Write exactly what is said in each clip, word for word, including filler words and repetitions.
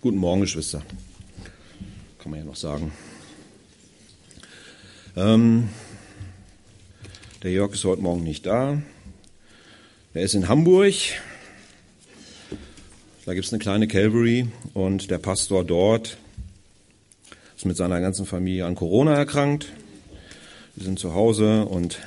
Guten Morgen, Geschwister. Kann man ja noch sagen. Ähm, der Jörg ist heute Morgen nicht da. Er ist in Hamburg. Da gibt es eine kleine Calvary und der Pastor dort ist mit seiner ganzen Familie an Corona erkrankt. Wir sind zu Hause und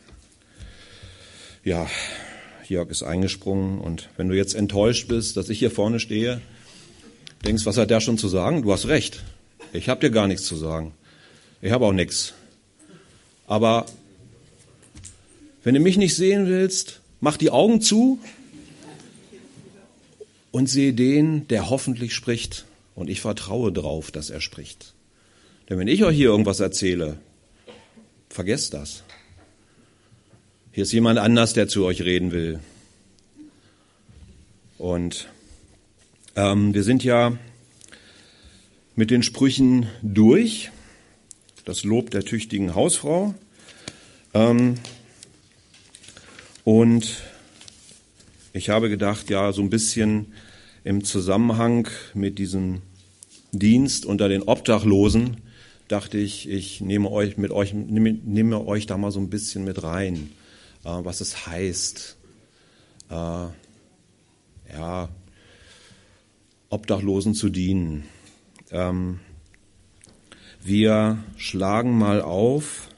ja, Jörg ist eingesprungen. Und wenn du jetzt enttäuscht bist, dass ich hier vorne stehe, denkst, was hat der schon zu sagen? Du hast recht. Ich habe dir gar nichts zu sagen. Ich habe auch nichts. Aber wenn du mich nicht sehen willst, mach die Augen zu und sehe den, der hoffentlich spricht. Und ich vertraue drauf, dass er spricht. Denn wenn ich euch hier irgendwas erzähle, vergesst das. Hier ist jemand anders, der zu euch reden will. Und ähm, wir sind ja mit den Sprüchen durch. Das Lob der tüchtigen Hausfrau. Ähm, und ich habe gedacht, ja, so ein bisschen im Zusammenhang mit diesem Dienst unter den Obdachlosen, dachte ich, ich nehme euch mit euch, nehme, nehme euch da mal so ein bisschen mit rein, äh, was es heißt, äh, ja, Obdachlosen zu dienen. Ähm, wir schlagen mal auf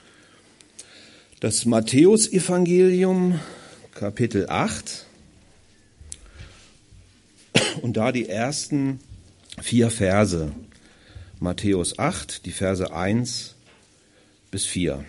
das Matthäus-Evangelium, Kapitel acht, und da die ersten vier Verse. Matthäus acht, die Verse eins bis vier.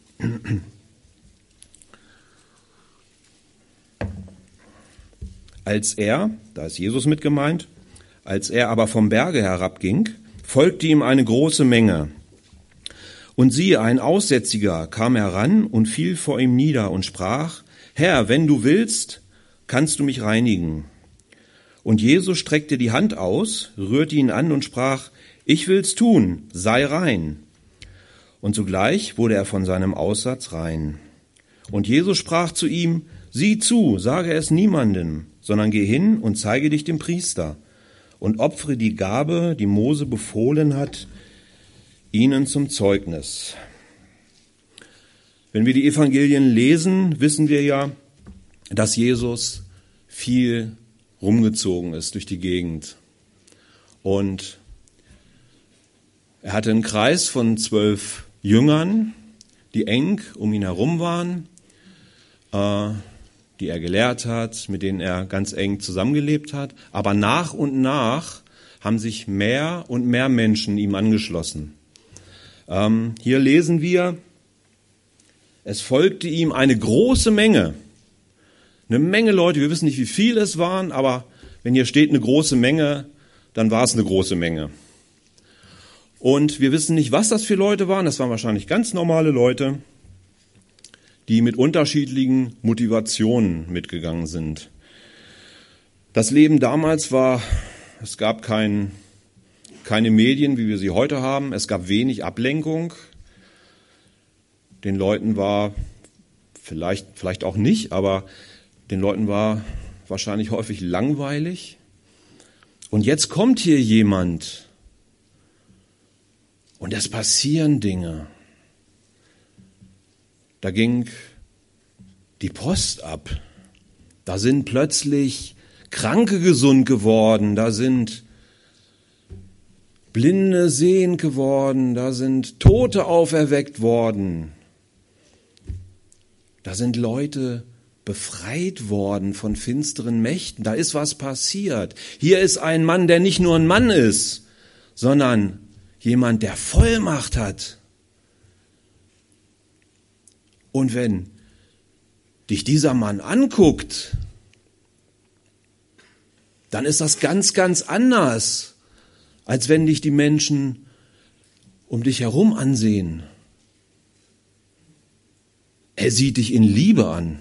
Als er, da ist Jesus mit gemeint, als er aber vom Berge herabging, folgte ihm eine große Menge. Und siehe, ein Aussätziger kam heran und fiel vor ihm nieder und sprach: Herr, wenn du willst, kannst du mich reinigen. Und Jesus streckte die Hand aus, rührte ihn an und sprach: Ich will's tun, sei rein. Und sogleich wurde er von seinem Aussatz rein. Und Jesus sprach zu ihm: Sieh zu, sage es niemandem, sondern geh hin und zeige dich dem Priester und opfere die Gabe, die Mose befohlen hat, ihnen zum Zeugnis. Wenn wir die Evangelien lesen, wissen wir ja, dass Jesus viel rumgezogen ist durch die Gegend. Und er hatte einen Kreis von zwölf Jüngern, die eng um ihn herum waren, äh, die er gelehrt hat, mit denen er ganz eng zusammengelebt hat. Aber nach und nach haben sich mehr und mehr Menschen ihm angeschlossen. Ähm, hier lesen wir, es folgte ihm eine große Menge. Eine Menge Leute, wir wissen nicht, wie viele es waren, aber wenn hier steht eine große Menge, dann war es eine große Menge. Und wir wissen nicht, was das für Leute waren. Das waren wahrscheinlich ganz normale Leute, die mit unterschiedlichen Motivationen mitgegangen sind. Das Leben damals war, es gab kein, keine Medien, wie wir sie heute haben. Es gab wenig Ablenkung. Den Leuten war, vielleicht, vielleicht auch nicht, aber den Leuten war wahrscheinlich häufig langweilig. Und jetzt kommt hier jemand und es passieren Dinge. Da ging die Post ab. Da sind plötzlich Kranke gesund geworden. Da sind Blinde sehend geworden. Da sind Tote auferweckt worden. Da sind Leute befreit worden von finsteren Mächten. Da ist was passiert. Hier ist ein Mann, der nicht nur ein Mann ist, sondern jemand, der Vollmacht hat. Und wenn dich dieser Mann anguckt, dann ist das ganz, ganz anders, als wenn dich die Menschen um dich herum ansehen. Er sieht dich in Liebe an.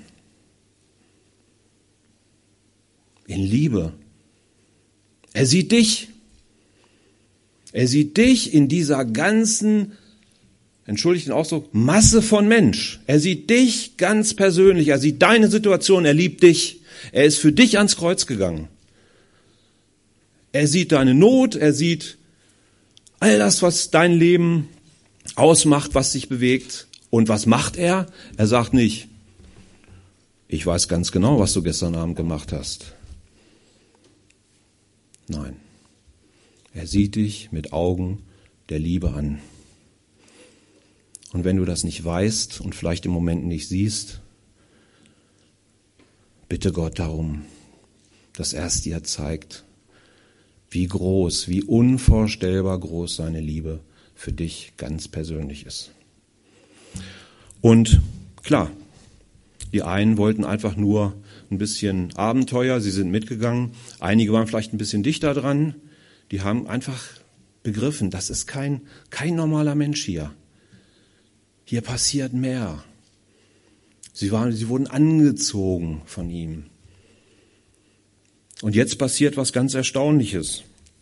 In Liebe. Er sieht dich. Er sieht dich in dieser ganzen, entschuldigt den Ausdruck, Masse von Mensch. Er sieht dich ganz persönlich. Er sieht deine Situation. Er liebt dich. Er ist für dich ans Kreuz gegangen. Er sieht deine Not, er sieht all das, was dein Leben ausmacht, was dich bewegt. Und was macht er? Er sagt nicht, ich weiß ganz genau, was du gestern Abend gemacht hast. Nein, er sieht dich mit Augen der Liebe an. Und wenn du das nicht weißt und vielleicht im Moment nicht siehst, bitte Gott darum, dass er es dir zeigt, wie groß, wie unvorstellbar groß seine Liebe für dich ganz persönlich ist. Und klar, die einen wollten einfach nur ein bisschen Abenteuer, sie sind mitgegangen. Einige waren vielleicht ein bisschen dichter dran. Die haben einfach begriffen, das ist kein, kein normaler Mensch hier. Hier passiert mehr. Sie waren, sie wurden angezogen von ihm. Und jetzt passiert was ganz Erstaunliches.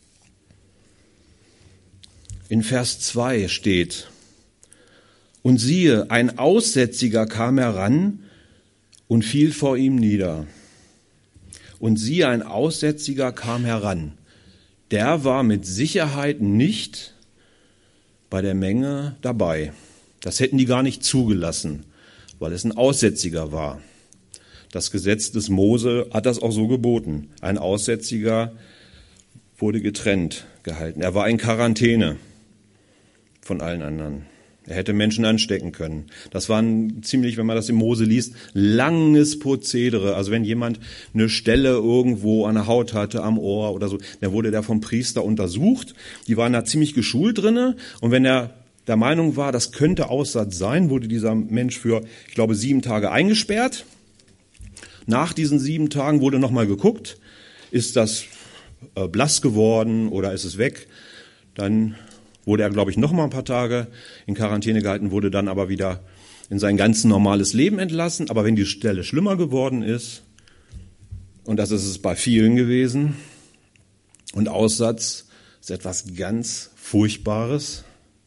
In Vers zwei steht, und siehe, ein Aussätziger kam heran und fiel vor ihm nieder. Und siehe, ein Aussätziger kam heran. Der war mit Sicherheit nicht bei der Menge dabei. Das hätten die gar nicht zugelassen, weil es ein Aussätziger war. Das Gesetz des Mose hat das auch so geboten. Ein Aussätziger wurde getrennt gehalten. Er war in Quarantäne von allen anderen. Er hätte Menschen anstecken können. Das war ein ziemlich, wenn man das im Mose liest, langes Prozedere. Also wenn jemand eine Stelle irgendwo an der Haut hatte, am Ohr oder so, dann wurde der vom Priester untersucht. Die waren da ziemlich geschult drinne. Und wenn er der Meinung war, das könnte Aussatz sein, wurde dieser Mensch für, ich glaube, sieben Tage eingesperrt. Nach diesen sieben Tagen wurde nochmal geguckt, ist das äh, blass geworden oder ist es weg? Dann wurde er, glaube ich, noch mal ein paar Tage in Quarantäne gehalten, wurde dann aber wieder in sein ganz normales Leben entlassen. Aber wenn die Stelle schlimmer geworden ist, und das ist es bei vielen gewesen, und Aussatz ist etwas ganz Furchtbares.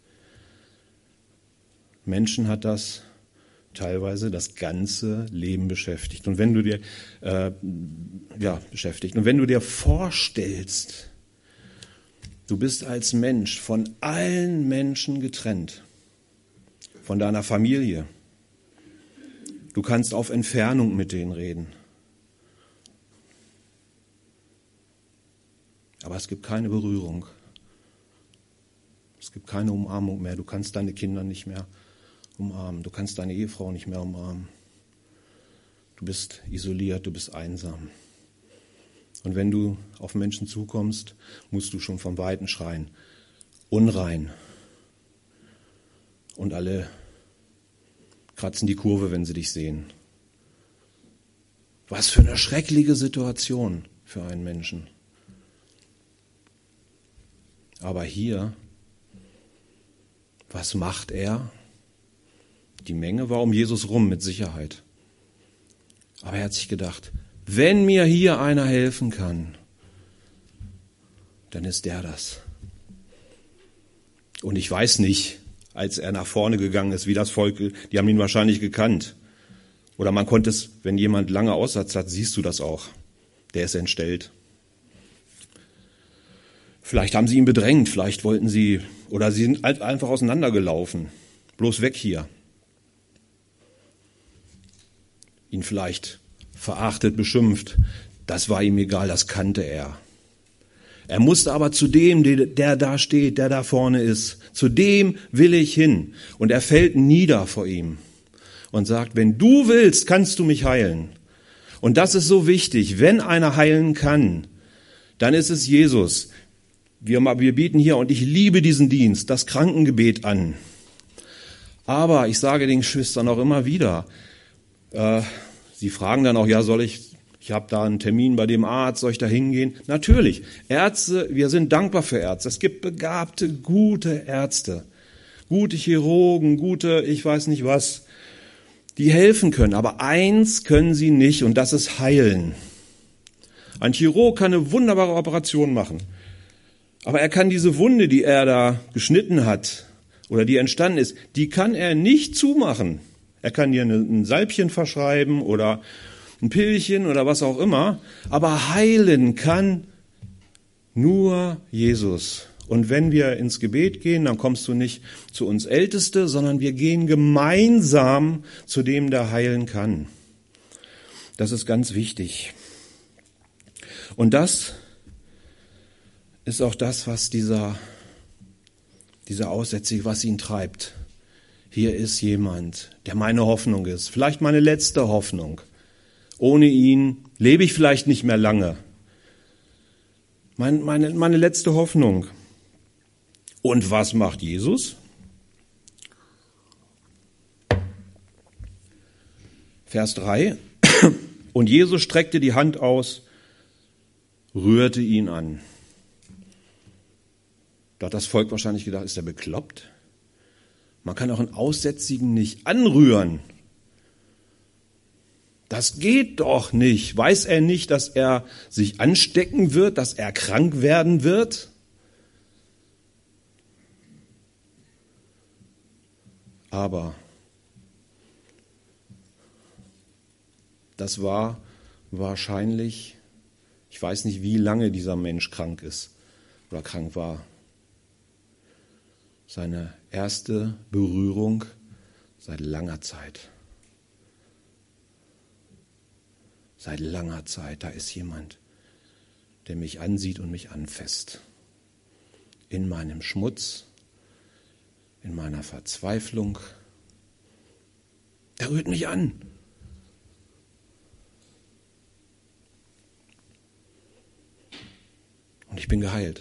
Menschen hat das teilweise das ganze Leben beschäftigt. Und wenn du dir, äh, ja, beschäftigt. Und wenn du dir vorstellst, du bist als Mensch von allen Menschen getrennt, von deiner Familie. Du kannst auf Entfernung mit denen reden. Aber es gibt keine Berührung. Es gibt keine Umarmung mehr. Du kannst deine Kinder nicht mehr umarmen. Du kannst deine Ehefrau nicht mehr umarmen. Du bist isoliert, du bist einsam. Und wenn du auf Menschen zukommst, musst du schon vom Weiten schreien, unrein. Und alle kratzen die Kurve, wenn sie dich sehen. Was für eine schreckliche Situation für einen Menschen. Aber hier, was macht er? Die Menge war um Jesus rum, mit Sicherheit. Aber er hat sich gedacht, wenn mir hier einer helfen kann, dann ist der das. Und ich weiß nicht, als er nach vorne gegangen ist, wie das Volk, die haben ihn wahrscheinlich gekannt. Oder man konnte es, wenn jemand lange Aussatz hat, siehst du das auch. Der ist entstellt. Vielleicht haben sie ihn bedrängt, vielleicht wollten sie, oder sie sind einfach auseinandergelaufen. Bloß weg hier. Ihn vielleicht verachtet, beschimpft. Das war ihm egal, das kannte er. Er musste aber zu dem, der da steht, der da vorne ist, zu dem will ich hin. Und er fällt nieder vor ihm und sagt, wenn du willst, kannst du mich heilen. Und das ist so wichtig. Wenn einer heilen kann, dann ist es Jesus. Wir, wir bieten hier, und ich liebe diesen Dienst, das Krankengebet an. Aber ich sage den Geschwistern auch immer wieder, äh, sie fragen dann auch, ja, soll ich, ich habe da einen Termin bei dem Arzt, soll ich da hingehen? Natürlich, Ärzte, wir sind dankbar für Ärzte. Es gibt begabte, gute Ärzte, gute Chirurgen, gute, ich weiß nicht was, die helfen können. Aber eins können sie nicht, und das ist heilen. Ein Chirurg kann eine wunderbare Operation machen. Aber er kann diese Wunde, die er da geschnitten hat oder die entstanden ist, die kann er nicht zumachen. Er kann dir ein Salbchen verschreiben oder ein Pillchen oder was auch immer, aber heilen kann Nur Jesus. Und wenn wir ins Gebet gehen, dann kommst du nicht zu uns Älteste, sondern wir gehen gemeinsam zu dem, der heilen kann. Das ist ganz wichtig. Und das ist auch das, was dieser, dieser Aussätzige, was ihn treibt. Hier ist jemand, der meine Hoffnung ist, vielleicht meine letzte Hoffnung. Ohne ihn lebe ich vielleicht nicht mehr lange. Meine, meine, meine letzte Hoffnung. Und was macht Jesus? Vers drei. Und Jesus streckte die Hand aus, rührte ihn an. Da hat das Volk wahrscheinlich gedacht, ist er bekloppt? Man kann auch einen Aussätzigen nicht anrühren. Das geht doch nicht. Weiß er nicht, dass er sich anstecken wird, dass er krank werden wird? Aber das war wahrscheinlich, ich weiß nicht, wie lange dieser Mensch krank ist oder krank war. Seine erste Berührung seit langer Zeit. Seit langer Zeit, da ist jemand, der mich ansieht und mich anfasst. In meinem Schmutz, in meiner Verzweiflung. Der rührt mich an. Und ich bin geheilt.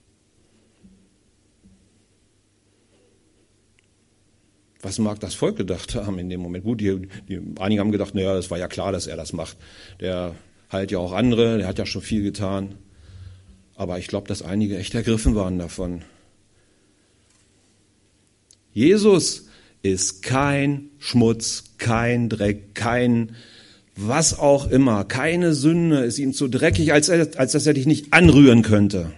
Was mag das Volk gedacht haben in dem Moment? Gut, die, die, einige haben gedacht, naja, das war ja klar, dass er das macht. Der heilt ja auch andere, der hat ja schon viel getan. Aber ich glaube, dass einige echt ergriffen waren davon. Jesus ist kein Schmutz, kein Dreck, kein was auch immer, keine Sünde ist ihm zu dreckig, als, er, als dass er dich nicht anrühren könnte.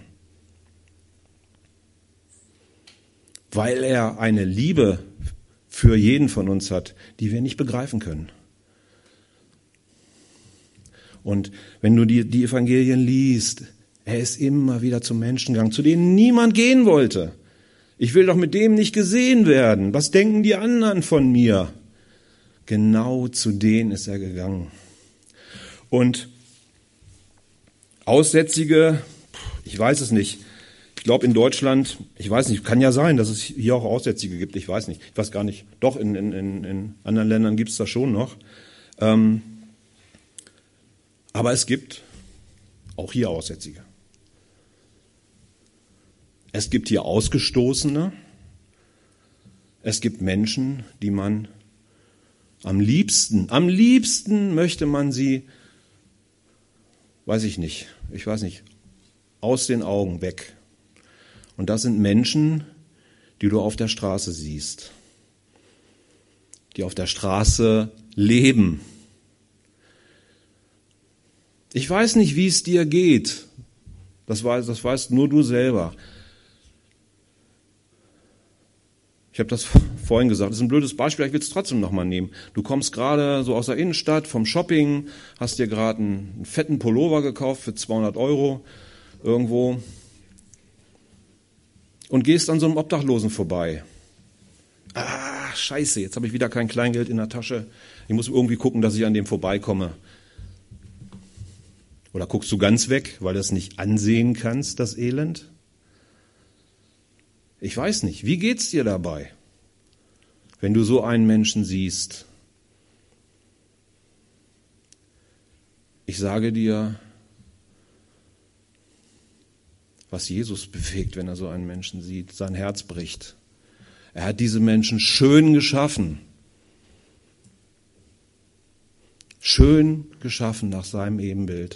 Weil er eine Liebe für jeden von uns hat, die wir nicht begreifen können. Und wenn du die, die Evangelien liest, er ist immer wieder zum Menschen gegangen, zu denen niemand gehen wollte. Ich will doch mit dem nicht gesehen werden. Was denken die anderen von mir? Genau zu denen ist er gegangen. Und Aussätzige, ich weiß es nicht. Ich glaube in Deutschland, ich weiß nicht, kann ja sein, dass es hier auch Aussätzige gibt, ich weiß nicht, ich weiß gar nicht. Doch, in, in, in anderen Ländern gibt es das schon noch. Ähm, aber es gibt auch hier Aussätzige. Es gibt hier Ausgestoßene. Es gibt Menschen, die man am liebsten, am liebsten möchte man sie, weiß ich nicht, ich weiß nicht, aus den Augen weg. Und das sind Menschen, die du auf der Straße siehst, die auf der Straße leben. Ich weiß nicht, wie es dir geht. Das weißt, das weißt nur du selber. Ich habe das vorhin gesagt, das ist ein blödes Beispiel, ich will es trotzdem nochmal nehmen. Du kommst gerade so aus der Innenstadt vom Shopping, hast dir gerade einen, einen fetten Pullover gekauft für zweihundert Euro irgendwo und gehst an so einem Obdachlosen vorbei. Ah, scheiße, jetzt habe ich wieder kein Kleingeld in der Tasche. Ich muss irgendwie gucken, dass ich an dem vorbeikomme. Oder guckst du ganz weg, weil du es nicht ansehen kannst, das Elend? Ich weiß nicht, wie geht's dir dabei, wenn du so einen Menschen siehst? Ich sage dir, was Jesus bewegt, wenn er so einen Menschen sieht, sein Herz bricht. Er hat diese Menschen schön geschaffen. Schön geschaffen nach seinem Ebenbild.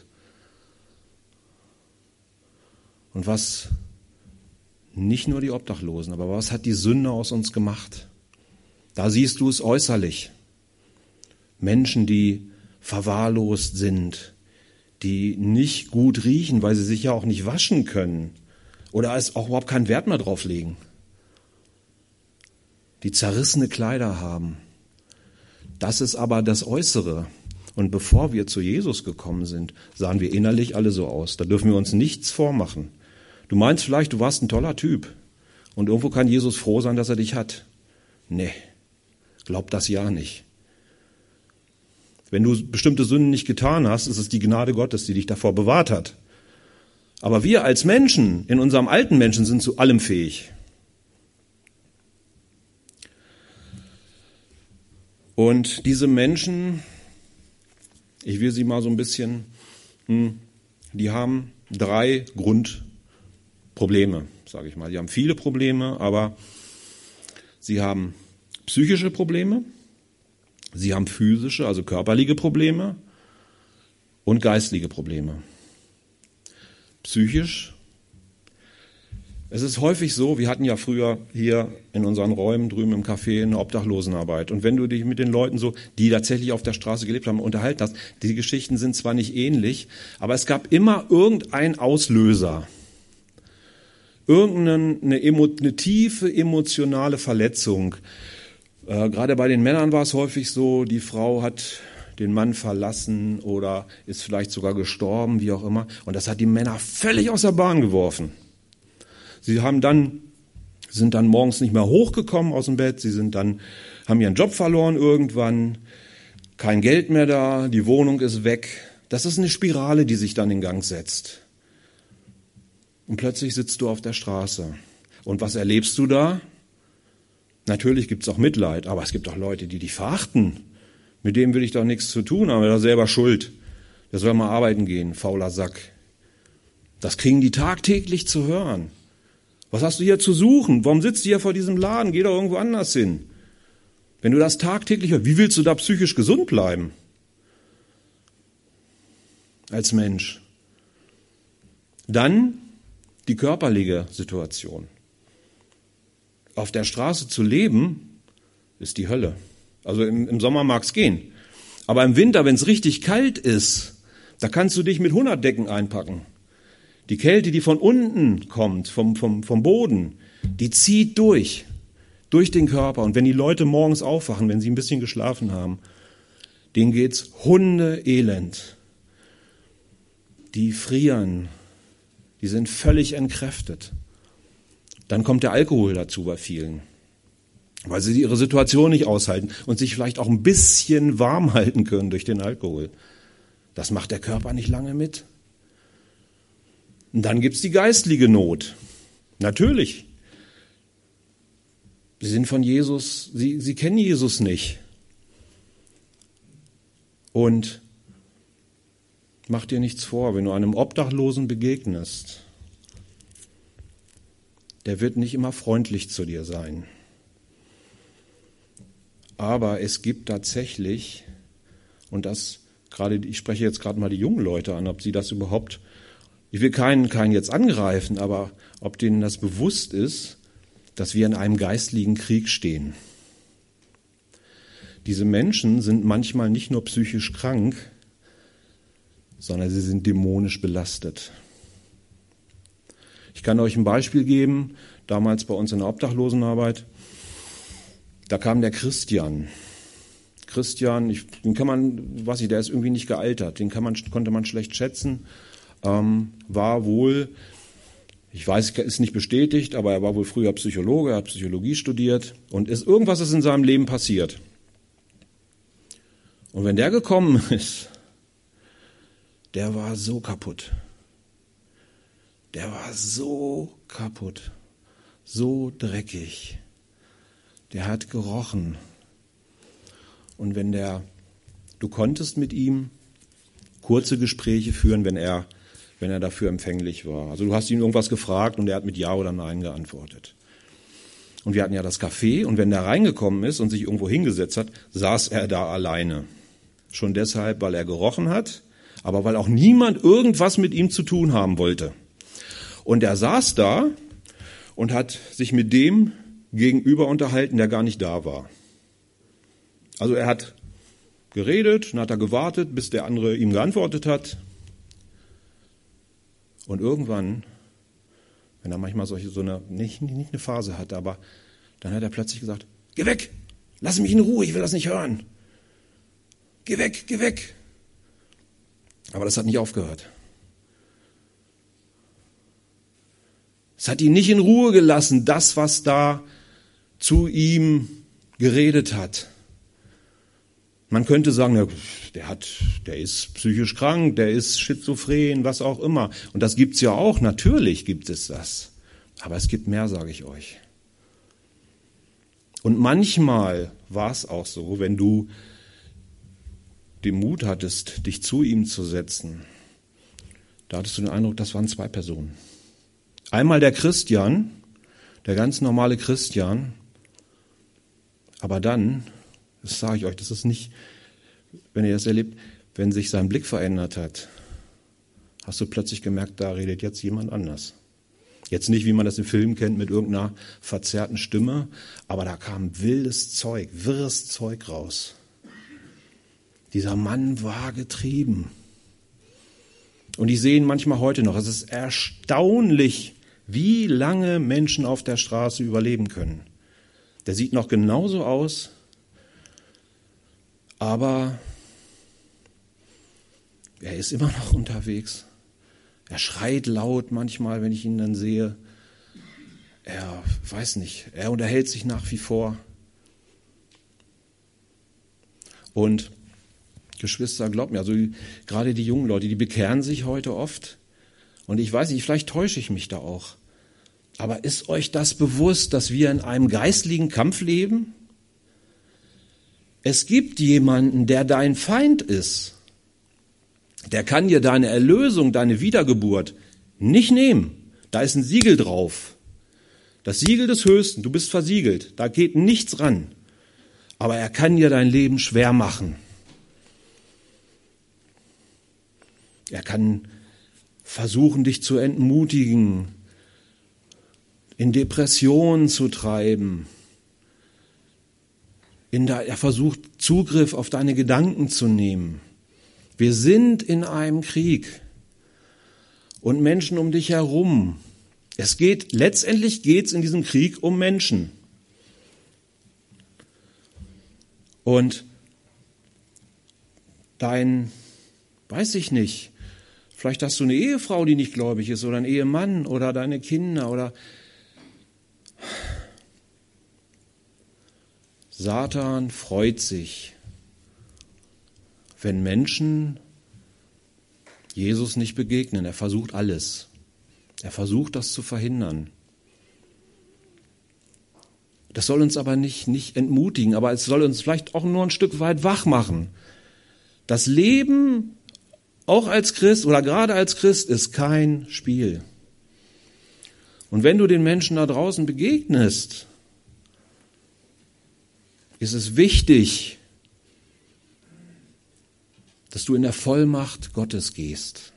Und was nicht nur die Obdachlosen, aber was hat die Sünde aus uns gemacht? Da siehst du es äußerlich. Menschen, die verwahrlost sind, die nicht gut riechen, weil sie sich ja auch nicht waschen können oder es auch überhaupt keinen Wert mehr drauf legen. Die zerrissene Kleider haben. Das ist aber das Äußere. Und bevor wir zu Jesus gekommen sind, sahen wir innerlich alle so aus. Da dürfen wir uns nichts vormachen. Du meinst vielleicht, du warst ein toller Typ und irgendwo kann Jesus froh sein, dass er dich hat. Nee, glaub das ja nicht. Wenn du bestimmte Sünden nicht getan hast, ist es die Gnade Gottes, die dich davor bewahrt hat. Aber wir als Menschen, in unserem alten Menschen, sind zu allem fähig. Und diese Menschen, ich will sie mal so ein bisschen, die haben drei Grundprobleme, sage ich mal. Die haben viele Probleme, aber sie haben psychische Probleme, sie haben physische, also körperliche Probleme und geistliche Probleme. Psychisch. Es ist häufig so, wir hatten ja früher hier in unseren Räumen drüben im Café eine Obdachlosenarbeit. Und wenn du dich mit den Leuten so, die tatsächlich auf der Straße gelebt haben, unterhalten hast, die Geschichten sind zwar nicht ähnlich, aber es gab immer irgendeinen Auslöser. Irgendeine eine, eine tiefe emotionale Verletzung. Äh, gerade bei den Männern war es häufig so, die Frau hat den Mann verlassen oder ist vielleicht sogar gestorben, wie auch immer. Und das hat die Männer völlig aus der Bahn geworfen. Sie haben dann, sind dann morgens nicht mehr hochgekommen aus dem Bett, sie sind dann, haben ihren Job verloren irgendwann, kein Geld mehr da, die Wohnung ist weg. Das ist eine Spirale, die sich dann in Gang setzt. Und plötzlich sitzt du auf der Straße. Und was erlebst du da? Natürlich gibt es auch Mitleid, aber es gibt auch Leute, die dich verachten. Mit dem will ich doch nichts zu tun haben, er ist selber schuld. Der soll mal arbeiten gehen, fauler Sack. Das kriegen die tagtäglich zu hören. Was hast du hier zu suchen? Warum sitzt du hier vor diesem Laden? Geh doch irgendwo anders hin. Wenn du das tagtäglich hörst, wie willst du da psychisch gesund bleiben? Als Mensch. Dann die körperliche Situation. Auf der Straße zu leben, ist die Hölle. Also im, im Sommer mag's gehen. Aber im Winter, wenn es richtig kalt ist, da kannst du dich mit hundert Decken einpacken. Die Kälte, die von unten kommt, vom, vom, vom Boden, die zieht durch, durch den Körper. Und wenn die Leute morgens aufwachen, wenn sie ein bisschen geschlafen haben, denen geht's hundeelend. Die frieren, die sind völlig entkräftet. Dann kommt der Alkohol dazu bei vielen, weil sie ihre Situation nicht aushalten und sich vielleicht auch ein bisschen warm halten können durch den Alkohol. Das macht der Körper nicht lange mit. Und dann gibt's die geistliche Not. Natürlich. Sie sind von Jesus, sie, sie kennen Jesus nicht. Und mach dir nichts vor, wenn du einem Obdachlosen begegnest, der wird nicht immer freundlich zu dir sein. Aber es gibt tatsächlich, und das gerade, ich spreche jetzt gerade mal die jungen Leute an, ob sie das überhaupt, ich will keinen, keinen jetzt angreifen, aber ob denen das bewusst ist, dass wir in einem geistlichen Krieg stehen. Diese Menschen sind manchmal nicht nur psychisch krank, sondern sie sind dämonisch belastet. Ich kann euch ein Beispiel geben, damals bei uns in der Obdachlosenarbeit, da kam der Christian. Christian, ich, den kann man, weiß ich, der ist irgendwie nicht gealtert, den kann man, konnte man schlecht schätzen, ähm, war wohl, ich weiß, ist nicht bestätigt, aber er war wohl früher Psychologe, er hat Psychologie studiert und ist, irgendwas ist in seinem Leben passiert. Und wenn der gekommen ist, der war so kaputt. Der war so kaputt, so dreckig. Der hat gerochen. Und wenn der, du konntest mit ihm kurze Gespräche führen, wenn er, wenn er dafür empfänglich war. Also du hast ihn irgendwas gefragt und er hat mit Ja oder Nein geantwortet. Und wir hatten ja das Café und wenn der reingekommen ist und sich irgendwo hingesetzt hat, saß er da alleine. Schon deshalb, weil er gerochen hat, aber weil auch niemand irgendwas mit ihm zu tun haben wollte. Und er saß da und hat sich mit dem gegenüber unterhalten, der gar nicht da war. Also er hat geredet, dann hat er gewartet, bis der andere ihm geantwortet hat. Und irgendwann, wenn er manchmal solche, so eine, nicht, nicht eine Phase hat, aber dann hat er plötzlich gesagt, geh weg, lass mich in Ruhe, ich will das nicht hören. Geh weg, geh weg. Aber das hat nicht aufgehört. Es hat ihn nicht in Ruhe gelassen, das, was da zu ihm geredet hat. Man könnte sagen, ja, der hat, der ist psychisch krank, der ist schizophren, was auch immer. Und das gibt's ja auch, natürlich gibt es das. Aber es gibt mehr, sage ich euch. Und manchmal war es auch so, wenn du den Mut hattest, dich zu ihm zu setzen, da hattest du den Eindruck, das waren zwei Personen. Einmal der Christian, der ganz normale Christian, aber dann, das sage ich euch, das ist nicht, wenn ihr das erlebt, wenn sich sein Blick verändert hat, hast du plötzlich gemerkt, da redet jetzt jemand anders. Jetzt nicht, wie man das im Film kennt, mit irgendeiner verzerrten Stimme, aber da kam wildes Zeug, wirres Zeug raus. Dieser Mann war getrieben. Und ich sehe ihn manchmal heute noch. Es ist erstaunlich, wie lange Menschen auf der Straße überleben können. Der sieht noch genauso aus, aber er ist immer noch unterwegs. Er schreit laut manchmal, wenn ich ihn dann sehe. Er weiß nicht, er unterhält sich nach wie vor. Und Geschwister, glaubt mir, also gerade die jungen Leute, die bekehren sich heute oft. Und ich weiß nicht, vielleicht täusche ich mich da auch. Aber ist euch das bewusst, dass wir in einem geistlichen Kampf leben? Es gibt jemanden, der dein Feind ist. Der kann dir deine Erlösung, deine Wiedergeburt nicht nehmen. Da ist ein Siegel drauf. Das Siegel des Höchsten, du bist versiegelt. Da geht nichts ran. Aber er kann dir dein Leben schwer machen. Er kann versuchen, dich zu entmutigen, in Depressionen zu treiben. In der, er versucht, Zugriff auf deine Gedanken zu nehmen. Wir sind in einem Krieg und Menschen um dich herum. Es geht, letztendlich geht es in diesem Krieg um Menschen. Und dein, weiß ich nicht, vielleicht hast du eine Ehefrau, die nicht gläubig ist, oder einen Ehemann oder deine Kinder oder Satan freut sich, wenn Menschen Jesus nicht begegnen. Er versucht alles. Er versucht, das zu verhindern. Das soll uns aber nicht, nicht entmutigen, aber es soll uns vielleicht auch nur ein Stück weit wach machen. Das Leben, auch als Christ oder gerade als Christ, ist kein Spiel. Und wenn du den Menschen da draußen begegnest, ist es wichtig, dass du in der Vollmacht Gottes gehst.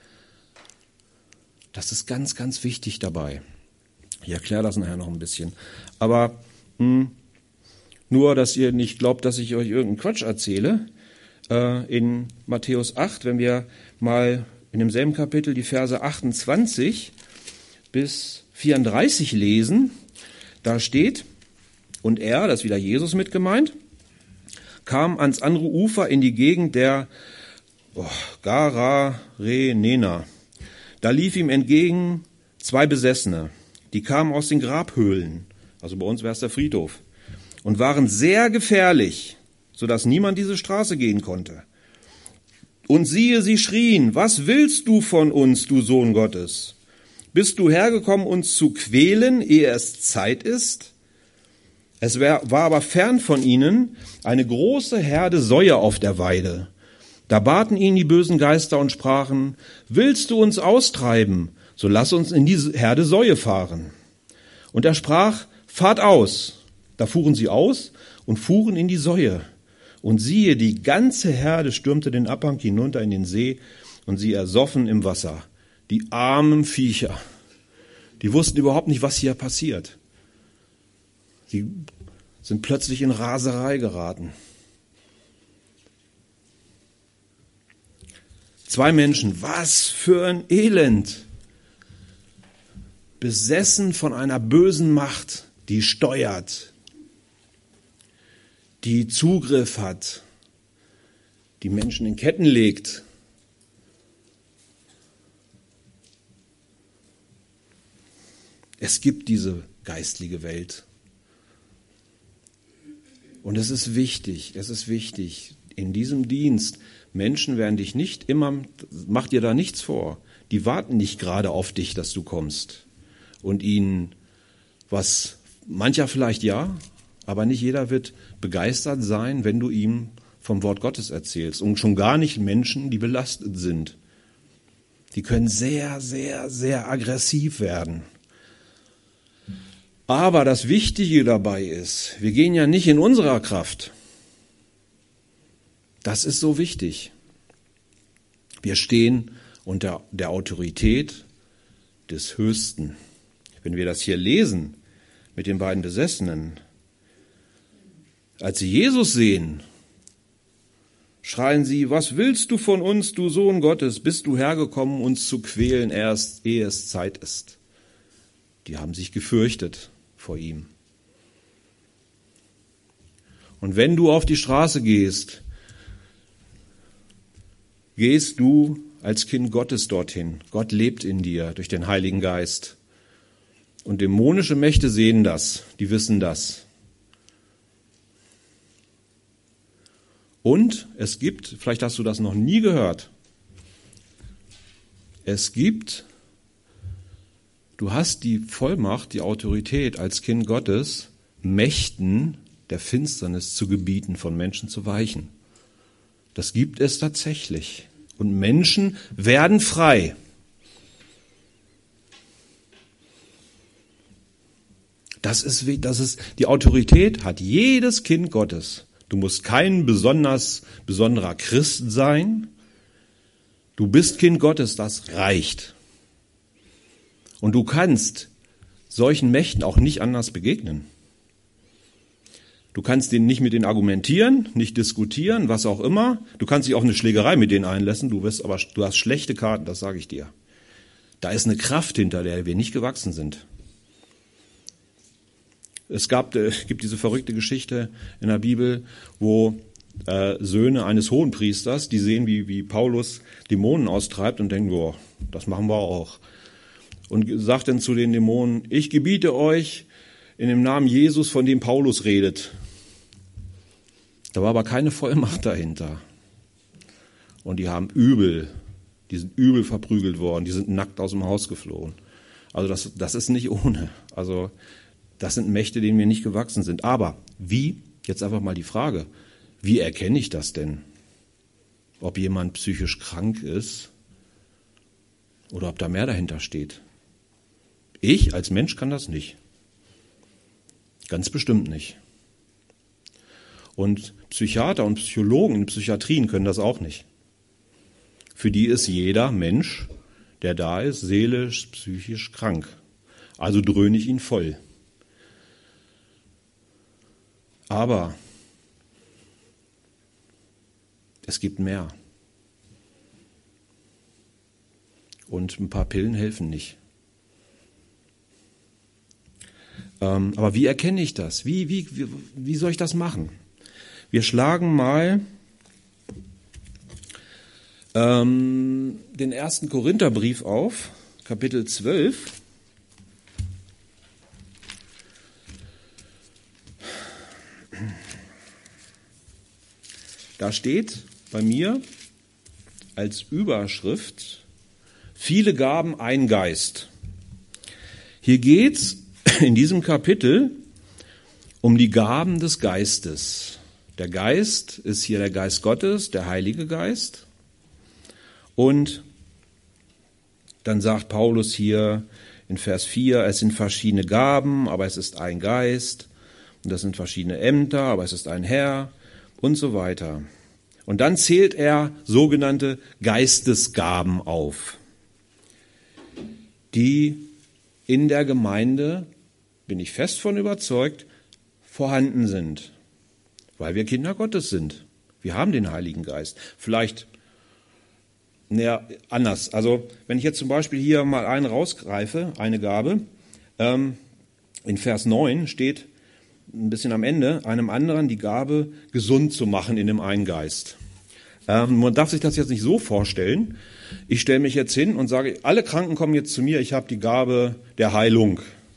Das ist ganz, ganz wichtig dabei. Ich erkläre das nachher noch ein bisschen. Aber mh, nur, dass ihr nicht glaubt, dass ich euch irgendeinen Quatsch erzähle. Äh, in Matthäus acht, wenn wir mal in demselben Kapitel die Verse achtundzwanzig bis vierunddreißig lesen, da steht, und er, das ist wieder Jesus mit gemeint, kam ans andere Ufer in die Gegend der oh, Gararenena. Da lief ihm entgegen zwei Besessene, die kamen aus den Grabhöhlen, also bei uns wäre es der Friedhof, und waren sehr gefährlich, sodass niemand diese Straße gehen konnte. Und siehe, sie schrien, was willst du von uns, du Sohn Gottes? Bist du hergekommen, uns zu quälen, ehe es Zeit ist? Es war aber fern von ihnen eine große Herde Säue auf der Weide. Da baten ihn die bösen Geister und sprachen, willst du uns austreiben, so lass uns in diese Herde Säue fahren. Und er sprach, fahrt aus. Da fuhren sie aus und fuhren in die Säue. Und siehe, die ganze Herde stürmte den Abhang hinunter in den See und sie ersoffen im Wasser. Die armen Viecher, die wussten überhaupt nicht, was hier passiert. Sie sind plötzlich in Raserei geraten. Zwei Menschen, was für ein Elend. Besessen von einer bösen Macht, die steuert, die Zugriff hat, die Menschen in Ketten legt. Es gibt diese geistliche Welt. Und es ist wichtig, es ist wichtig, in diesem Dienst, Menschen werden dich nicht immer, mach dir da nichts vor, die warten nicht gerade auf dich, dass du kommst und ihnen was, mancher vielleicht ja, aber nicht jeder wird begeistert sein, wenn du ihm vom Wort Gottes erzählst. Und schon gar nicht Menschen, die belastet sind. Die können sehr, sehr, sehr aggressiv werden. Aber das Wichtige dabei ist, wir gehen ja nicht in unserer Kraft. Das ist so wichtig. Wir stehen unter der Autorität des Höchsten. Wenn wir das hier lesen mit den beiden Besessenen, als sie Jesus sehen, schreien sie, was willst du von uns, du Sohn Gottes? Bist du hergekommen, uns zu quälen, erst ehe es Zeit ist? Die haben sich gefürchtet vor ihm. Und wenn du auf die Straße gehst, gehst du als Kind Gottes dorthin. Gott lebt in dir durch den Heiligen Geist. Und dämonische Mächte sehen das, die wissen das. Und es gibt, vielleicht hast du das noch nie gehört, es gibt, du hast die Vollmacht, die Autorität als Kind Gottes, Mächten der Finsternis zu gebieten, von Menschen zu weichen. Das gibt es tatsächlich. Und Menschen werden frei. Das ist, das ist, die Autorität hat jedes Kind Gottes. Du musst kein besonders, besonderer Christ sein. Du bist Kind Gottes, das reicht. Und du kannst solchen Mächten auch nicht anders begegnen. Du kannst denen nicht mit denen argumentieren, nicht diskutieren, was auch immer. Du kannst dich auch eine Schlägerei mit denen einlassen. Du wirst aber, du hast schlechte Karten, das sage ich dir. Da ist eine Kraft hinter, der wir nicht gewachsen sind. Es gab, äh, gibt diese verrückte Geschichte in der Bibel, wo äh, Söhne eines Hohenpriesters, die sehen, wie, wie Paulus Dämonen austreibt und denken, boah, das machen wir auch. Und sagt dann zu den Dämonen, ich gebiete euch in dem Namen Jesus, von dem Paulus redet. Da war aber keine Vollmacht dahinter. Und die haben übel, die sind übel verprügelt worden, die sind nackt aus dem Haus geflohen. Also das, das ist nicht ohne. Also das sind Mächte, denen wir nicht gewachsen sind. Aber wie, jetzt einfach mal die Frage, wie erkenne ich das denn? Ob jemand psychisch krank ist oder ob da mehr dahinter steht? Ich als Mensch kann das nicht. Ganz bestimmt nicht. Und Psychiater und Psychologen in Psychiatrien können das auch nicht. Für die ist jeder Mensch, der da ist, seelisch, psychisch krank. Also dröhne ich ihn voll. Aber es gibt mehr. Und ein paar Pillen helfen nicht. Ähm, aber wie erkenne ich das? Wie, wie, wie, wie soll ich das machen? Wir schlagen mal ähm, den ersten Korintherbrief auf, Kapitel zwölf. Da steht bei mir als Überschrift, viele Gaben, ein Geist. Hier geht's in diesem Kapitel um die Gaben des Geistes. Der Geist ist hier der Geist Gottes, der Heilige Geist. Und dann sagt Paulus hier in Vers vier, es sind verschiedene Gaben, aber es ist ein Geist. Und das sind verschiedene Ämter, aber es ist ein Herr. Und so weiter. Und dann zählt er sogenannte Geistesgaben auf, die in der Gemeinde, bin ich fest von überzeugt, vorhanden sind, weil wir Kinder Gottes sind. Wir haben den Heiligen Geist. Vielleicht naja, anders. Also wenn ich jetzt zum Beispiel hier mal einen rausgreife, eine Gabe, ähm, in Vers neun steht, ein bisschen am Ende, einem anderen die Gabe, gesund zu machen in dem einen Geist. Ähm, man darf sich das jetzt nicht so vorstellen. Ich stelle mich jetzt hin und sage, alle Kranken kommen jetzt zu mir, ich habe die Gabe der Heilung.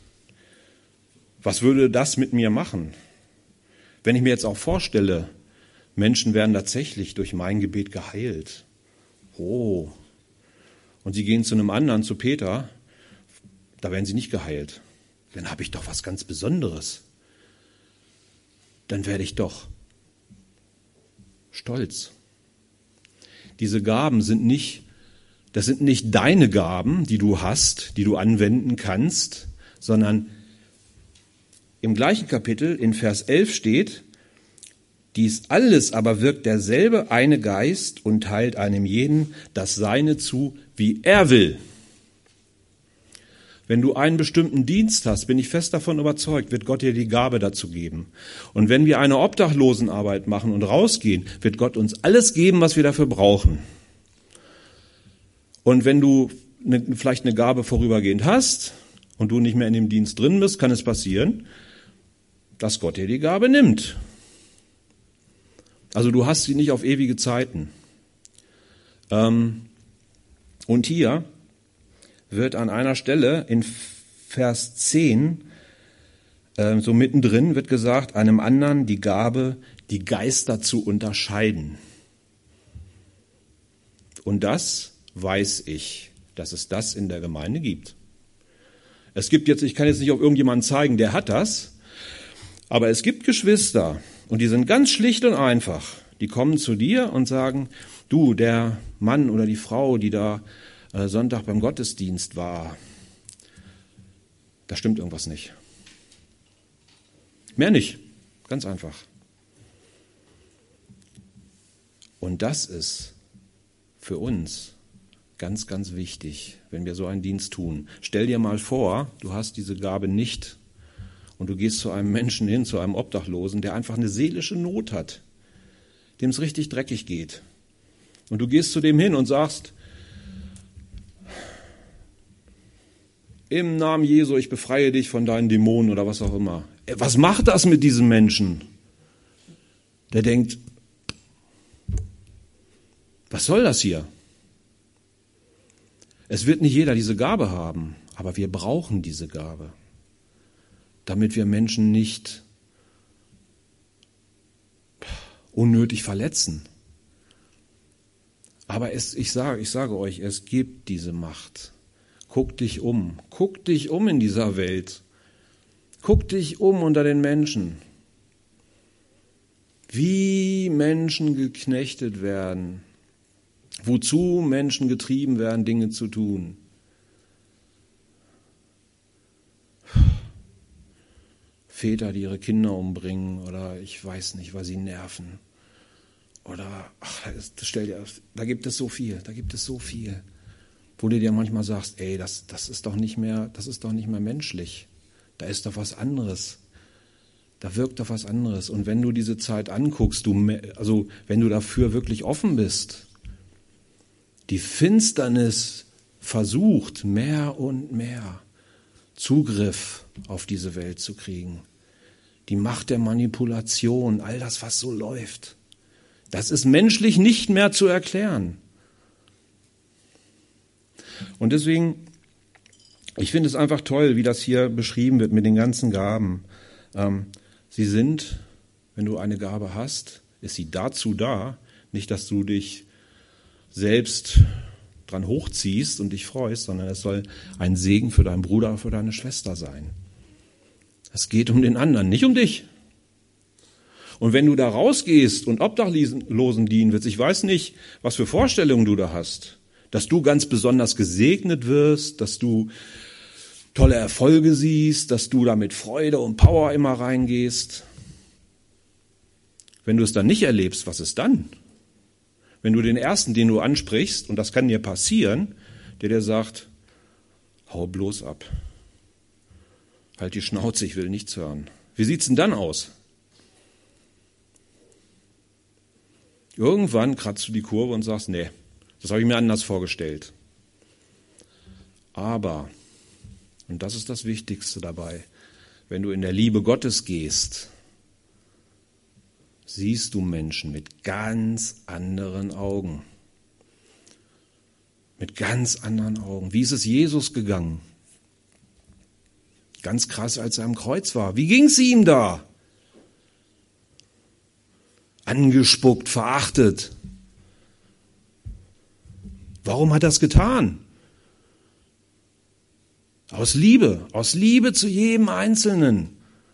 Was würde das mit mir machen? Wenn ich mir jetzt auch vorstelle, Menschen werden tatsächlich durch mein Gebet geheilt. Oh. Und sie gehen zu einem anderen, zu Peter, da werden sie nicht geheilt. Dann habe ich doch was ganz Besonderes. Dann werde ich doch stolz. Diese Gaben sind nicht, das sind nicht deine Gaben, die du hast, die du anwenden kannst, sondern im gleichen Kapitel in Vers elf steht, dies alles aber wirkt derselbe eine Geist und teilt einem jeden das Seine zu, wie er will. Wenn du einen bestimmten Dienst hast, bin ich fest davon überzeugt, wird Gott dir die Gabe dazu geben. Und wenn wir eine Obdachlosenarbeit machen und rausgehen, wird Gott uns alles geben, was wir dafür brauchen. Und wenn du eine, vielleicht eine Gabe vorübergehend hast und du nicht mehr in dem Dienst drin bist, kann es passieren, dass Gott dir die Gabe nimmt. Also du hast sie nicht auf ewige Zeiten. Ähm, und hier wird an einer Stelle in Vers zehn, äh, so mittendrin, wird gesagt, einem anderen die Gabe, die Geister zu unterscheiden. Und das weiß ich, dass es das in der Gemeinde gibt. Es gibt jetzt, ich kann jetzt nicht auf irgendjemanden zeigen, der hat das, aber es gibt Geschwister und die sind ganz schlicht und einfach. Die kommen zu dir und sagen, du, der Mann oder die Frau, die da äh, Sonntag beim Gottesdienst war, da stimmt irgendwas nicht. Mehr nicht, ganz einfach. Und das ist für uns ganz, ganz wichtig, wenn wir so einen Dienst tun. Stell dir mal vor, du hast diese Gabe nicht und du gehst zu einem Menschen hin, zu einem Obdachlosen, der einfach eine seelische Not hat, dem es richtig dreckig geht. Und du gehst zu dem hin und sagst, im Namen Jesu, ich befreie dich von deinen Dämonen oder was auch immer. Was macht das mit diesem Menschen? Der denkt, was soll das hier? Es wird nicht jeder diese Gabe haben, aber wir brauchen diese Gabe, damit wir Menschen nicht unnötig verletzen. Aber es, ich sage, ich sage euch, es gibt diese Macht. Guck dich um, guck dich um in dieser Welt. Guck dich um unter den Menschen. Wie Menschen geknechtet werden. Wozu Menschen getrieben werden, Dinge zu tun. Väter, die ihre Kinder umbringen oder ich weiß nicht, weil sie nerven. Oder, ach, das, stell dir, da gibt es so viel, da gibt es so viel. Wo du dir manchmal sagst, ey, das, das ist doch nicht mehr, das ist doch nicht mehr menschlich. Da ist doch was anderes. Da wirkt doch was anderes. Und wenn du diese Zeit anguckst, du, also wenn du dafür wirklich offen bist, die Finsternis versucht, mehr und mehr Zugriff auf diese Welt zu kriegen. Die Macht der Manipulation, all das, was so läuft. Das ist menschlich nicht mehr zu erklären. Und deswegen, ich finde es einfach toll, wie das hier beschrieben wird mit den ganzen Gaben. Ähm, sie sind, wenn du eine Gabe hast, ist sie dazu da, nicht, dass du dich selbst dran hochziehst und dich freust, sondern es soll ein Segen für deinen Bruder oder für deine Schwester sein. Es geht um den anderen, nicht um dich. Und wenn du da rausgehst und Obdachlosen dienen willst, ich weiß nicht, was für Vorstellungen du da hast, dass du ganz besonders gesegnet wirst, dass du tolle Erfolge siehst, dass du da mit Freude und Power immer reingehst. Wenn du es dann nicht erlebst, was ist dann? Wenn du den Ersten, den du ansprichst, und das kann dir passieren, der dir sagt, hau bloß ab. Halt die Schnauze, ich will nichts hören. Wie sieht's denn dann aus? Irgendwann kratzt du die Kurve und sagst, nee, das habe ich mir anders vorgestellt. Aber, und das ist das Wichtigste dabei, wenn du in der Liebe Gottes gehst, siehst du Menschen mit ganz anderen Augen. Mit ganz anderen Augen. Wie ist es Jesus gegangen? Ganz krass, als er am Kreuz war. Wie ging's ihm da? Angespuckt, verachtet. Warum hat er das getan? Aus Liebe, aus Liebe zu jedem Einzelnen.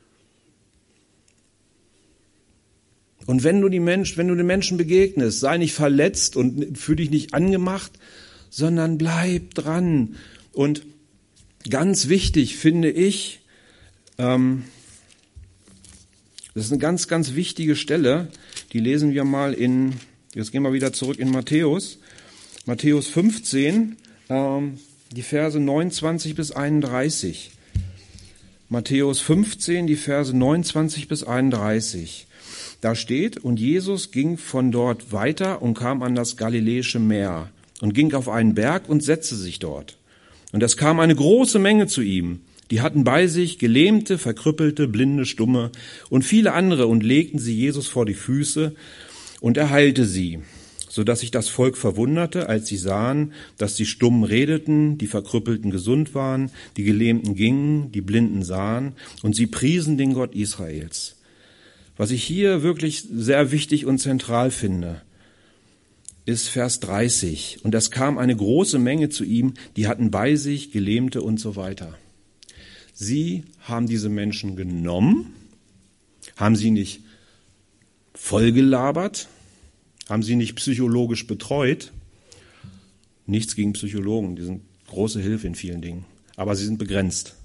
Und wenn du die Mensch, wenn du den Menschen begegnest, sei nicht verletzt und fühl dich nicht angemacht, sondern bleib dran. Und ganz wichtig finde ich, ähm, das ist eine ganz, ganz wichtige Stelle, die lesen wir mal in, jetzt gehen wir wieder zurück in Matthäus, Matthäus fünfzehn, ähm, die Verse neunundzwanzig bis einunddreißig. Matthäus fünfzehn, die Verse neunundzwanzig bis einunddreißig. Da steht, und Jesus ging von dort weiter und kam an das Galiläische Meer und ging auf einen Berg und setzte sich dort. Und es kam eine große Menge zu ihm. Die hatten bei sich Gelähmte, Verkrüppelte, Blinde, Stumme und viele andere und legten sie Jesus vor die Füße und er heilte sie, sodass sich das Volk verwunderte, als sie sahen, dass die Stummen redeten, die Verkrüppelten gesund waren, die Gelähmten gingen, die Blinden sahen und sie priesen den Gott Israels. Was ich hier wirklich sehr wichtig und zentral finde, ist Vers dreißig. Und es kam eine große Menge zu ihm, die hatten bei sich Gelähmte und so weiter. Sie haben diese Menschen genommen, haben sie nicht vollgelabert, haben sie nicht psychologisch betreut. Nichts gegen Psychologen, die sind große Hilfe in vielen Dingen, aber sie sind begrenzt.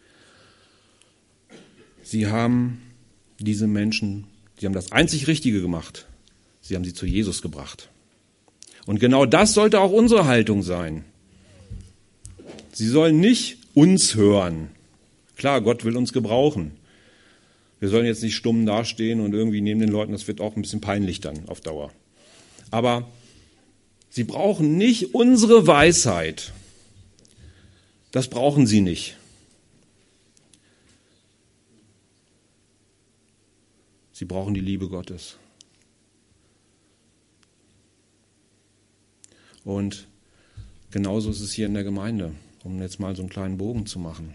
Sie haben diese Menschen, sie haben das einzig Richtige gemacht. Sie haben sie zu Jesus gebracht. Und genau das sollte auch unsere Haltung sein. Sie sollen nicht uns hören. Klar, Gott will uns gebrauchen. Wir sollen jetzt nicht stumm dastehen und irgendwie neben den Leuten, das wird auch ein bisschen peinlich dann auf Dauer. Aber sie brauchen nicht unsere Weisheit. Das brauchen sie nicht. Sie brauchen die Liebe Gottes. Und genauso ist es hier in der Gemeinde, um jetzt mal so einen kleinen Bogen zu machen.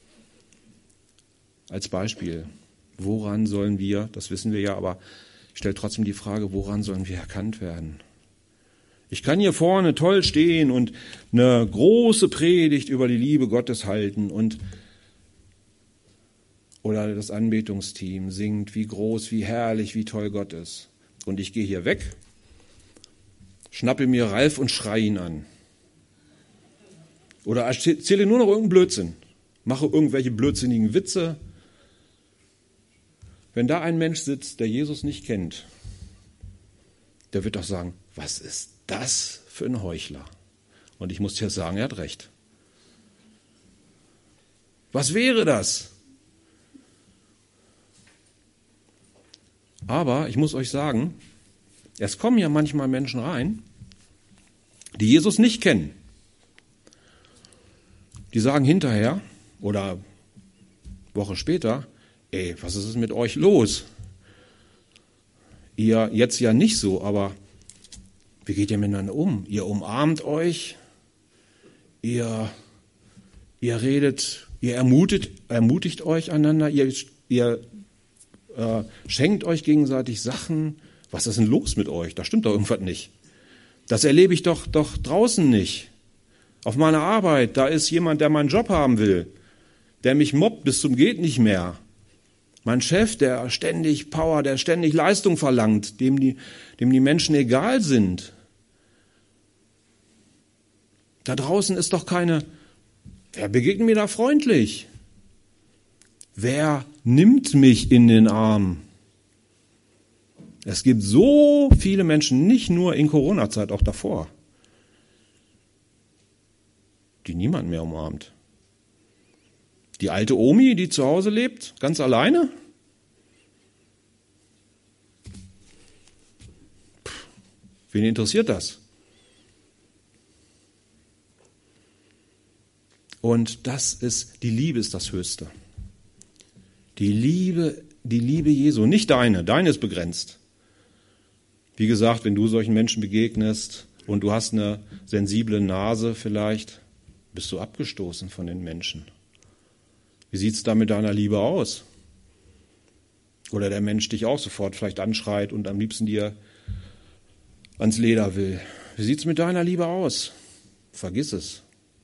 Als Beispiel, woran sollen wir, das wissen wir ja, aber ich stelle trotzdem die Frage, woran sollen wir erkannt werden? Ich kann hier vorne toll stehen und eine große Predigt über die Liebe Gottes halten und oder das Anbetungsteam singt, wie groß, wie herrlich, wie toll Gott ist. Und ich gehe hier weg, schnappe mir Ralf und schreie ihn an. Oder erzähle nur noch irgendeinen Blödsinn, mache irgendwelche blödsinnigen Witze. Wenn da ein Mensch sitzt, der Jesus nicht kennt, der wird doch sagen, was ist das für ein Heuchler? Und ich muss dir sagen, er hat recht. Was wäre das? Aber ich muss euch sagen, es kommen ja manchmal Menschen rein, die Jesus nicht kennen. Die sagen hinterher oder Woche später, ey, was ist mit euch los? Ihr jetzt ja nicht so, aber wie geht ihr miteinander um? Ihr umarmt euch, ihr, ihr redet, ihr ermutigt, ermutigt euch einander, ihr, ihr äh, schenkt euch gegenseitig Sachen. Was ist denn los mit euch? Da stimmt doch irgendwas nicht. Das erlebe ich doch, doch draußen nicht. Auf meiner Arbeit, da ist jemand, der meinen Job haben will, der mich mobbt bis zum geht nicht mehr. Mein Chef, der ständig Power, der ständig Leistung verlangt, dem die, dem die Menschen egal sind. Da draußen ist doch keine, wer begegnet mir da freundlich? Wer nimmt mich in den Arm? Es gibt so viele Menschen, nicht nur in Corona-Zeit, auch davor, die niemand mehr umarmt. Die alte Omi, die zu Hause lebt, ganz alleine? Puh, wen interessiert das? Und das ist, die Liebe ist das Höchste. Die Liebe, die Liebe Jesu, nicht deine, deine ist begrenzt. Wie gesagt, wenn du solchen Menschen begegnest und du hast eine sensible Nase vielleicht, bist du abgestoßen von den Menschen. Wie sieht es da mit deiner Liebe aus? Oder der Mensch dich auch sofort vielleicht anschreit und am liebsten dir ans Leder will. Wie sieht es mit deiner Liebe aus? Vergiss es.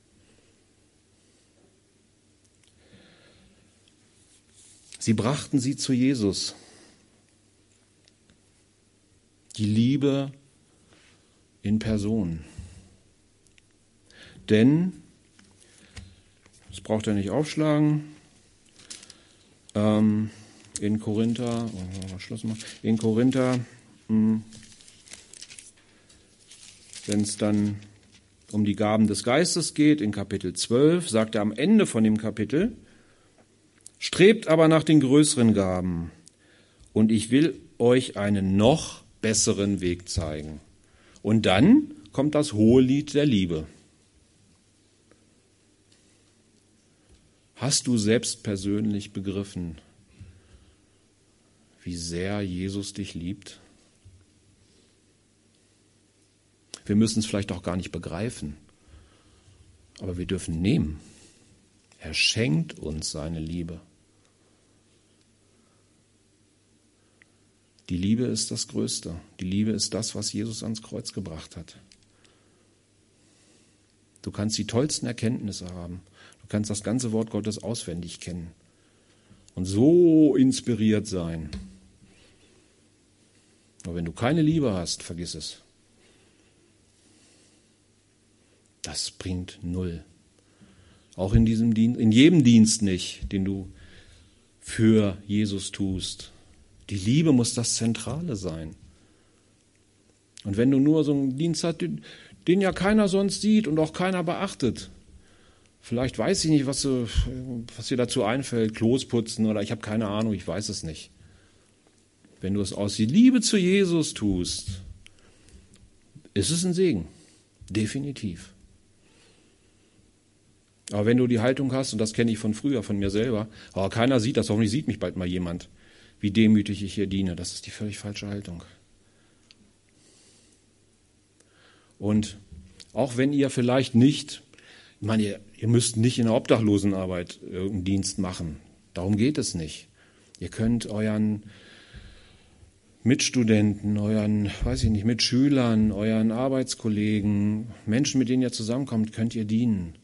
Sie brachten sie zu Jesus. Die Liebe in Person. Denn, das braucht er nicht aufschlagen, ähm, in Korinther, oh, Schluss machen, in Korinther, wenn es dann um die Gaben des Geistes geht, in Kapitel zwölf, sagt er am Ende von dem Kapitel, strebt aber nach den größeren Gaben und ich will euch einen noch besseren Weg zeigen. Und dann kommt das Hohelied der Liebe. Hast du selbst persönlich begriffen, wie sehr Jesus dich liebt? Wir müssen es vielleicht auch gar nicht begreifen, aber wir dürfen nehmen. Er schenkt uns seine Liebe. Die Liebe ist das Größte. Die Liebe ist das, was Jesus ans Kreuz gebracht hat. Du kannst die tollsten Erkenntnisse haben. Du kannst das ganze Wort Gottes auswendig kennen und so inspiriert sein. Aber wenn du keine Liebe hast, vergiss es. Das bringt null. Auch in diesem Dienst, in jedem Dienst nicht, den du für Jesus tust. Die Liebe muss das Zentrale sein. Und wenn du nur so einen Dienst hast, den, den ja keiner sonst sieht und auch keiner beachtet, vielleicht weiß ich nicht, was, du, was dir dazu einfällt, Klos putzen oder ich habe keine Ahnung, ich weiß es nicht. Wenn du es aus der Liebe zu Jesus tust, ist es ein Segen. Definitiv. Aber wenn du die Haltung hast, und das kenne ich von früher, von mir selber, aber keiner sieht das, hoffentlich sieht mich bald mal jemand, wie demütig ich hier diene, das ist die völlig falsche Haltung. Und auch wenn ihr vielleicht nicht, ich meine, ihr, ihr müsst nicht in der Obdachlosenarbeit irgendeinen Dienst machen, darum geht es nicht. Ihr könnt euren Mitstudenten, euren, weiß ich nicht, Mitschülern, euren Arbeitskollegen, Menschen, mit denen ihr zusammenkommt, könnt ihr dienen.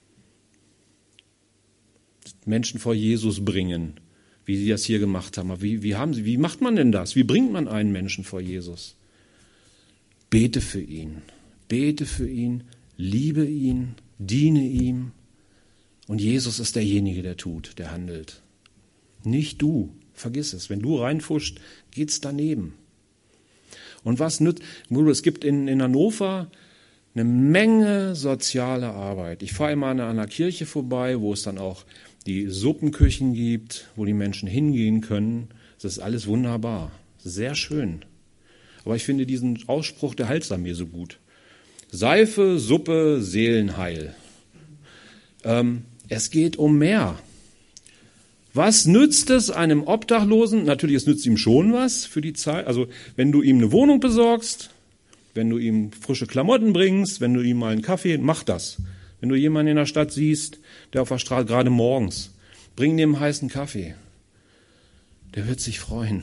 Menschen vor Jesus bringen, wie sie das hier gemacht haben. Wie, wie, haben sie, wie macht man denn das? Wie bringt man einen Menschen vor Jesus? Bete für ihn. Bete für ihn, liebe ihn, diene ihm. Und Jesus ist derjenige, der tut, der handelt. Nicht du. Vergiss es. Wenn du reinfuscht, geht's daneben. Und was nützt, es gibt in, in Hannover eine Menge soziale Arbeit. Ich fahre immer an einer Kirche vorbei, wo es dann auch die Suppenküchen gibt, wo die Menschen hingehen können. Das ist alles wunderbar. Sehr schön. Aber ich finde diesen Ausspruch der Halsam so gut. Seife, Suppe, Seelenheil. Ähm, es geht um mehr. Was nützt es einem Obdachlosen? Natürlich, es nützt ihm schon was für die Zeit. Also wenn du ihm eine Wohnung besorgst, wenn du ihm frische Klamotten bringst, wenn du ihm mal einen Kaffee, mach das. Wenn du jemanden in der Stadt siehst, der auf der Straße, gerade morgens, bring dem einen heißen Kaffee. Der wird sich freuen.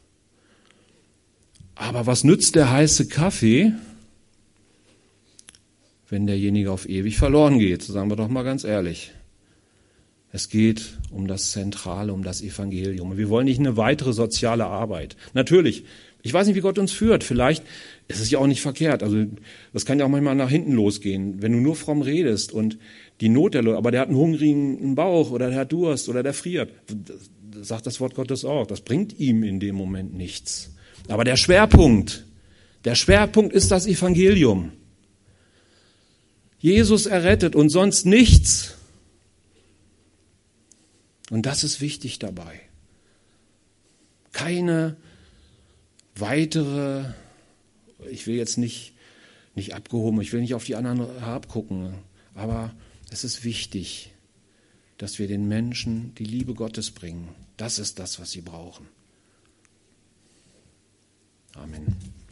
Aber was nützt der heiße Kaffee, wenn derjenige auf ewig verloren geht? Sagen wir doch mal ganz ehrlich. Es geht um das Zentrale, um das Evangelium. Und wir wollen nicht eine weitere soziale Arbeit. Natürlich, ich weiß nicht, wie Gott uns führt. Vielleicht ist es ja auch nicht verkehrt. Also das kann ja auch manchmal nach hinten losgehen. Wenn du nur fromm redest und die Not der Leute, aber der hat einen hungrigen Bauch oder der hat Durst oder der friert. Das sagt das Wort Gottes auch. Das bringt ihm in dem Moment nichts. Aber der Schwerpunkt, der Schwerpunkt ist das Evangelium. Jesus errettet und sonst nichts. Und das ist wichtig dabei. Keine weitere, ich will jetzt nicht, nicht abgehoben, ich will nicht auf die anderen herabgucken, aber es ist wichtig, dass wir den Menschen die Liebe Gottes bringen. Das ist das, was sie brauchen. Amen.